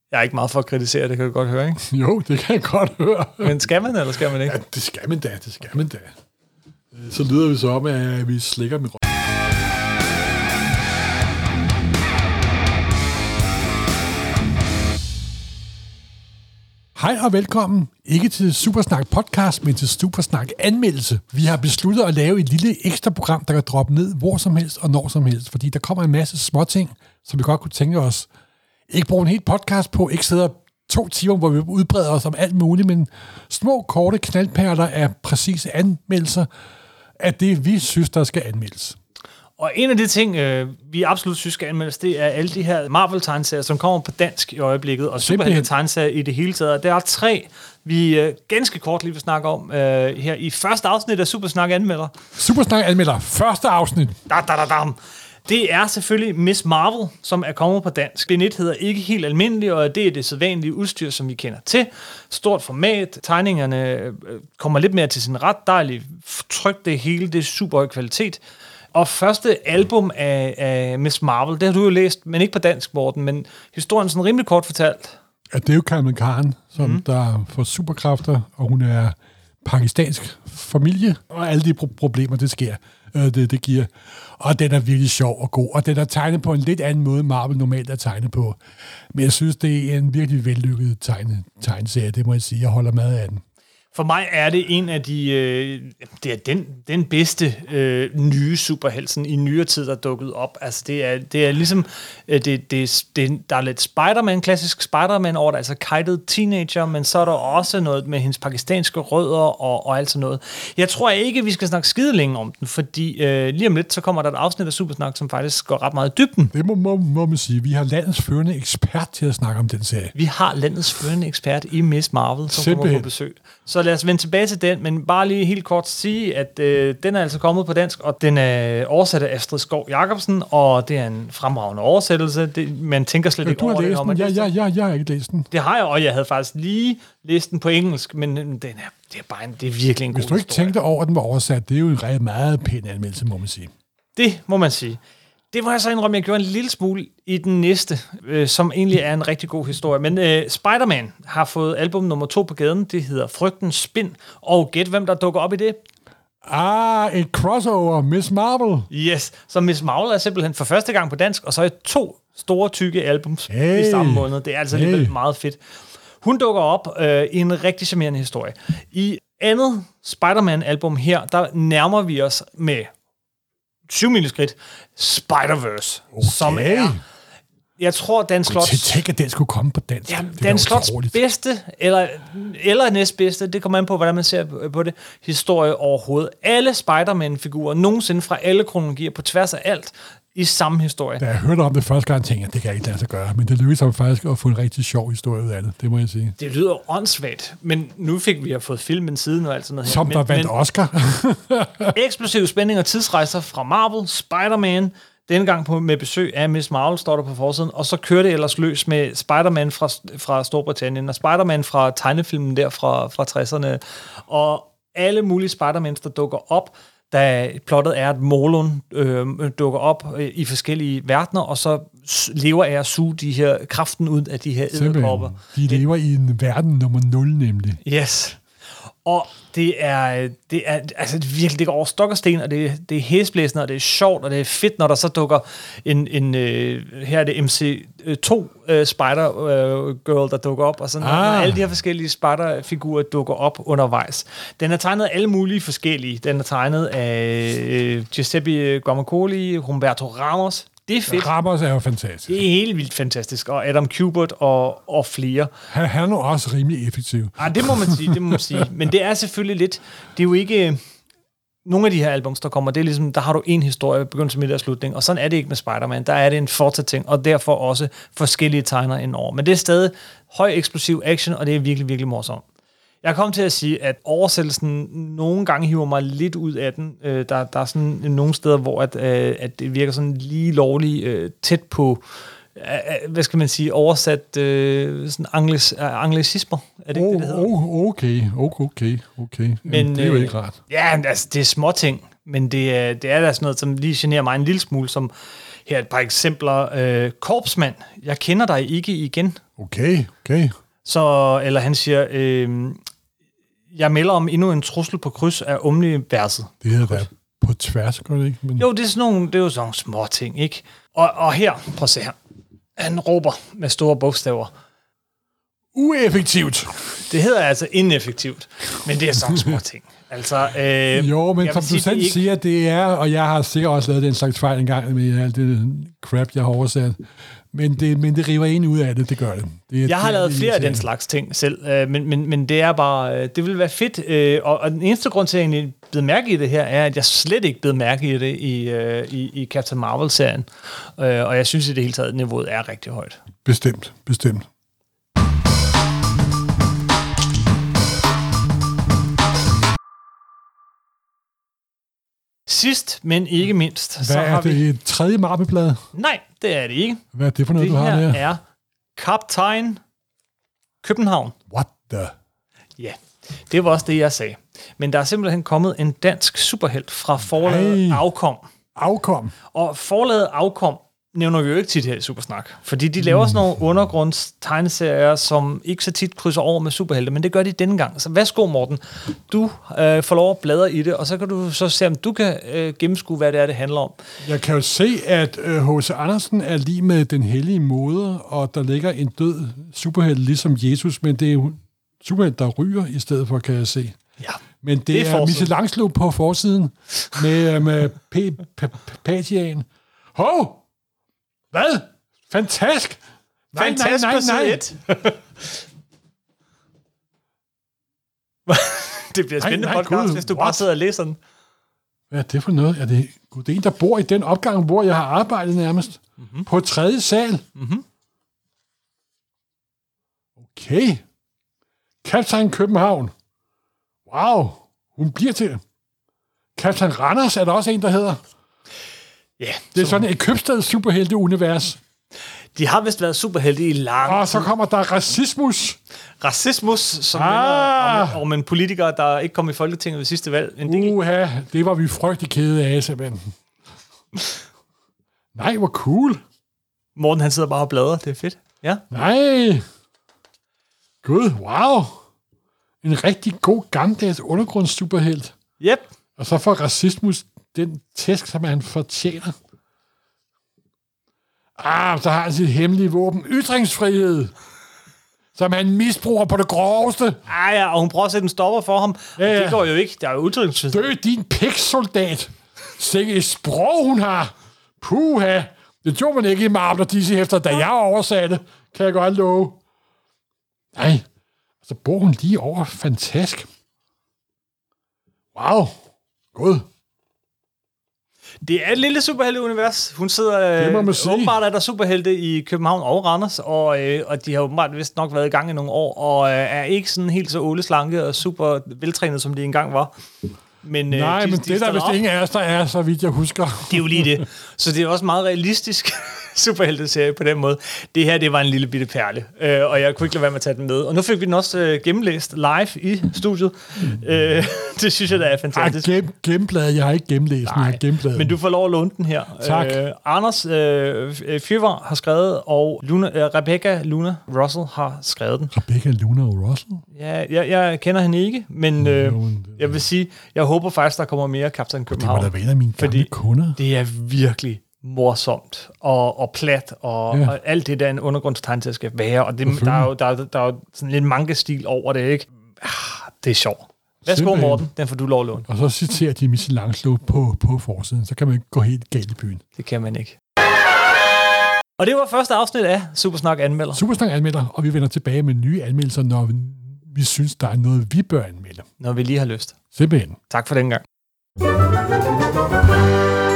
Jeg er ikke meget for at kritisere, det kan du godt høre, ikke? Jo, det kan jeg godt høre. Men skal man, eller skal man ikke? Ja, det skal man da. Så lyder vi så om, at vi slikker med. Hej og velkommen, ikke til Supersnak podcast, men til Supersnak anmeldelse. Vi har besluttet at lave et lille ekstra program, der kan droppe ned hvor som helst og når som helst, fordi der kommer en masse småting, som vi godt kunne tænke os. Ikke bruge en helt podcast på, ikke sidde 2 timer, hvor vi udbreder os om alt muligt, men små, korte knaldperler af præcise anmeldelser af det, vi synes, der skal anmeldes. Og en af de ting, vi absolut synes skal anmeldes, det er alle de her Marvel-tegneserier, som kommer på dansk i øjeblikket, og superhelte-tegneserier i det hele taget. Der er 3, vi ganske kort lige vil snakke om her i første afsnit af Supersnak anmelder. Supersnak anmelder, første afsnit. Det er selvfølgelig Miss Marvel, som er kommet på dansk. Bind 1 hedder ikke helt almindelig, og det er det sædvanlige udstyr, som vi kender til. Stort format, tegningerne kommer lidt mere til sin ret, dejligt trykt det hele, det er super høj kvalitet. Og første album af Miss Marvel, det har du jo læst, men ikke på dansk, Morten, men historien sådan rimelig kort fortalt. Ja, det er jo Kamala Khan, som der får superkræfter, og hun er pakistansk familie, og alle de problemer, det sker, det giver. Og den er virkelig sjov og god, og den er tegnet på en lidt anden måde, Marvel normalt er tegnet på. Men jeg synes, det er en virkelig vellykket tegneserie, det må jeg sige. Jeg holder meget af den. For mig er det en af de... det er den bedste nye superhelsen i nyere tid, der er dukket op. Altså, det er ligesom... der er lidt Spider-Man, klassisk Spider-Man over det, altså kited teenager, men så er der også noget med hendes pakistanske rødder og alt sådan noget. Jeg tror ikke, vi skal snakke skide længe om den, fordi lige om lidt, så kommer der et afsnit af Supersnak, som faktisk går ret meget i dybden. Det må man sige. Vi har landets førende ekspert til at snakke om den serie. Vi har landets førende ekspert i Miss Marvel, som kommer på besøg. Så lad os vende tilbage til den, men bare lige helt kort sige, at den er altså kommet på dansk, og den er oversat af Astrid Skov Jacobsen, og det er en fremragende oversættelse. Man tænker slet ikke over det. Du har læst den? Jeg har ikke læst den. Det har jeg, og jeg havde faktisk lige læst den på engelsk, men det er virkelig en god historie. Hvis du ikke tænkte over, at den var oversat, det er jo en meget pæn anmeldelse, må man sige. Det må man sige. Det må jeg så indrømme, jeg gjorde en lille smule i den næste, som egentlig er en rigtig god historie. Men Spider-Man har fået album nummer 2 på gaden. Det hedder Frygtens Spind. Og gæt, hvem der dukker op i det? Et crossover. Miss Marvel. Yes, så Miss Marvel er simpelthen for første gang på dansk, og så er 2 store, tykke albums i samme måned. Det er altså alligevel meget fedt. Hun dukker op i en rigtig charmerende historie. I andet Spider-Man-album her, der nærmer vi os med 7 skridt Spider-Verse, som er... Jeg tror, Dan Slots... Tænk, at den skulle komme på dansk. Ja, Dan Slots bedste, eller næstbedste, det kommer an på, hvordan man ser på det, historie overhovedet. Alle Spider-Man-figurer, nogensinde fra alle kronologier, på tværs af alt, i samme historie. Da jeg hørte om det første gang, tænkte jeg, det kan jeg ikke lade sig gøre. Men det lykkedes ham faktisk at få en rigtig sjov historie ud af det. Det må jeg sige. Det lyder åndssvagt, men nu fik vi fået filmen siden og alt sådan noget her. Som der vandt Oscar. Eksplosiv spænding og tidsrejser fra Marvel, Spider-Man, denne gang med besøg af Miss Marvel, står der på forsiden, og så kører det ellers løs med Spider-Man fra Storbritannien, og Spider-Man fra tegnefilmen der fra 60'erne, og alle mulige Spider-Mans, der dukker op, da plottet er, at Morlun dukker op i forskellige verdener, og så lever af at suge de her kraften ud af de her edderkopper. De lever i en verden nummer 0, nemlig. Yes. Og det er altså virkelig, det går over stok og sten, og det er hæsblæsende, og det er sjovt, og det er fedt, når der så dukker her er det MC2 Spider-Girl, der dukker op, og sådan, når alle de her forskellige Spider-figurer dukker op undervejs. Den er tegnet af alle mulige forskellige. Den er tegnet af Giuseppe Guarmacoli, Humberto Ramos. Det er fedt. Ramos er jo fantastisk. Det er helt vildt fantastisk. Og Adam Kubert og flere. Han er nu også rimelig effektiv. Det må man sige. Men det er selvfølgelig lidt... Det er jo ikke... Nogle af de her albums, der kommer, det er ligesom, der har du en historie, begyndelse, midt og slutning, og sådan er det ikke med Spider-Man. Der er det en fortsat ting, og derfor også forskellige tegner indover. Men det er stadig høj eksplosiv action, og det er virkelig, virkelig morsomt. Jeg kom til at sige, at oversættelsen nogle gange hiver mig lidt ud af den. Der er sådan nogle steder, hvor at det virker sådan lige lovligt tæt på, hvad skal man sige, oversat sådan anglicismer. Er det ikke det hedder? Okay. Men det er jo ikke rart. Ja, altså, det er småting, men det er da sådan noget, som lige generer mig en lille smule, som Her er et par eksempler. Korpsmand, jeg kender dig ikke igen. Okay. Så, eller han siger, jeg melder om endnu en trussel på kryds af omniverset. Det hedder været på tværs, gør det ikke? Men... Jo, det er jo sådan nogle små ting, ikke? Og her, prøv at se her. Han råber med store bogstaver. Ueffektivt. Det hedder altså ineffektivt, men det er sådan små ting. Altså, jo, men som du selv siger, det er, og jeg har sikkert også lavet den slags fejl engang med alt det crap, jeg har oversat. Men det river en ud af det gør det. Jeg har lavet flere af den slags ting selv, men det er bare, det vil være fedt. Og den eneste grund til, at jeg egentlig blev mærke i det her, er, at jeg slet ikke blev mærke i det i Captain Marvel-serien. Og jeg synes i det hele taget, at niveauet er rigtig højt. Bestemt. Sidst, men ikke mindst. Hvad er det? Et tredje Marvel-blad? Nej, det er det ikke. Hvad er det for noget, du har der? Det her er Kaptajn København. What the? Ja, det var også det, jeg sagde. Men der er simpelthen kommet en dansk superhelt fra forlaget Afkom. Og forlaget Afkom nævner vi jo ikke tit her i Supersnak, fordi de laver sådan nogle undergrundstegneserier, som ikke så tit krydser over med superhelte, men det gør de denne gang. Så værsgo, Morten. Du får lov at bladre i det, og så kan du så se, om du kan gennemskue, hvad det er, det handler om. Jeg kan jo se, at H.C. Andersen er lige med den hellige moder, og der ligger en død superhelt, ligesom Jesus, men det er jo superhelt, der ryger i stedet for, kan jeg se. Ja. Men det er Michelangelo på forsiden med Patian. Hov! Hvad? Fantastisk! Nej. Det bliver spændende podcast, hvis du bare sidder og læser den. Hvad er det for noget? Er det en, der bor i den opgang, hvor jeg har arbejdet nærmest? Mm-hmm. På 3. sal? Mm-hmm. Okay. Kaptajn København. Wow. Hun bliver til. Kaptajn Randers er der også en, der hedder. Ja. Det er sådan et købstads superhelte-univers. De har vist været superhelte i lang tid. Og så kommer der racismus. Racismus, som minder om en politiker, der ikke kom i Folketinget ved sidste valg. Det var vi frygtelig kede af, simpelthen. Nej, hvor cool. Morten, han sidder bare og bladrer. Det er fedt. Ja. Nej. Gud, wow. En rigtig god gammeldags undergrundssuperhelt. Yep. Og så får racismus den tæsk, som han fortjener. Så har han sit hemmelige våben. Ytringsfrihed. Som han misbruger på det groveste. Ja, og hun prøver at sætte en stopper for ham. Ja. Det går jo ikke. Der er jo ytringsfrihed. Dø, din piksoldat. Sikke et sprog, hun har. Puha. Det gjorde man ikke i Marvel og DC efter, da jeg oversatte. Kan jeg godt love. Nej. Så bor hun lige over. Fantastisk. Wow. God. Det er et lille superhelte-univers. Hun sidder... åbenbart er der superhelte i København og Randers, og de har åbenbart vist nok været i gang i nogle år, og er ikke sådan helt så åleslanke og super veltrænet, som de engang var. Men, men det der vist ingen af os, der er, så vidt jeg husker. Det er jo lige det. Så det er også meget realistisk superhelteserie på den måde. Det her, det var en lille bitte perle, og jeg kunne ikke lade være med at tage den med. Og nu fik vi den også gennemlæst live i studiet. Det synes jeg, der er fantastisk. Gennembladet. Jeg har ikke gennemlæst den. Jeg har gennembladet. Men du får lov at låne den her. Tak. Anders Fyrvar har skrevet, og Rebecca Luna Russell har skrevet den. Rebecca Luna Russell? Ja, jeg kender hende ikke, men jeg vil sige, jeg håber faktisk, der kommer mere Kaptajn København. Det var da være en af mine gamle kunder. Det er virkelig morsomt og plat og alt det, der en undergrundstegneserie skal være. Og det, der er jo sådan lidt manga-stil over det, ikke? Det er sjovt. Værsgo, Morten, den får du lov at låne. Og så citerer de Michelangelo på forsiden, så kan man ikke gå helt galt i byen. Det kan man ikke. Og det var første afsnit af Supersnak Anmelder. Supersnak Anmelder, og vi vender tilbage med nye anmeldelser, når vi synes, der er noget, vi bør anmelde. Når vi lige har lyst. Simpelthen. Tak for den gang.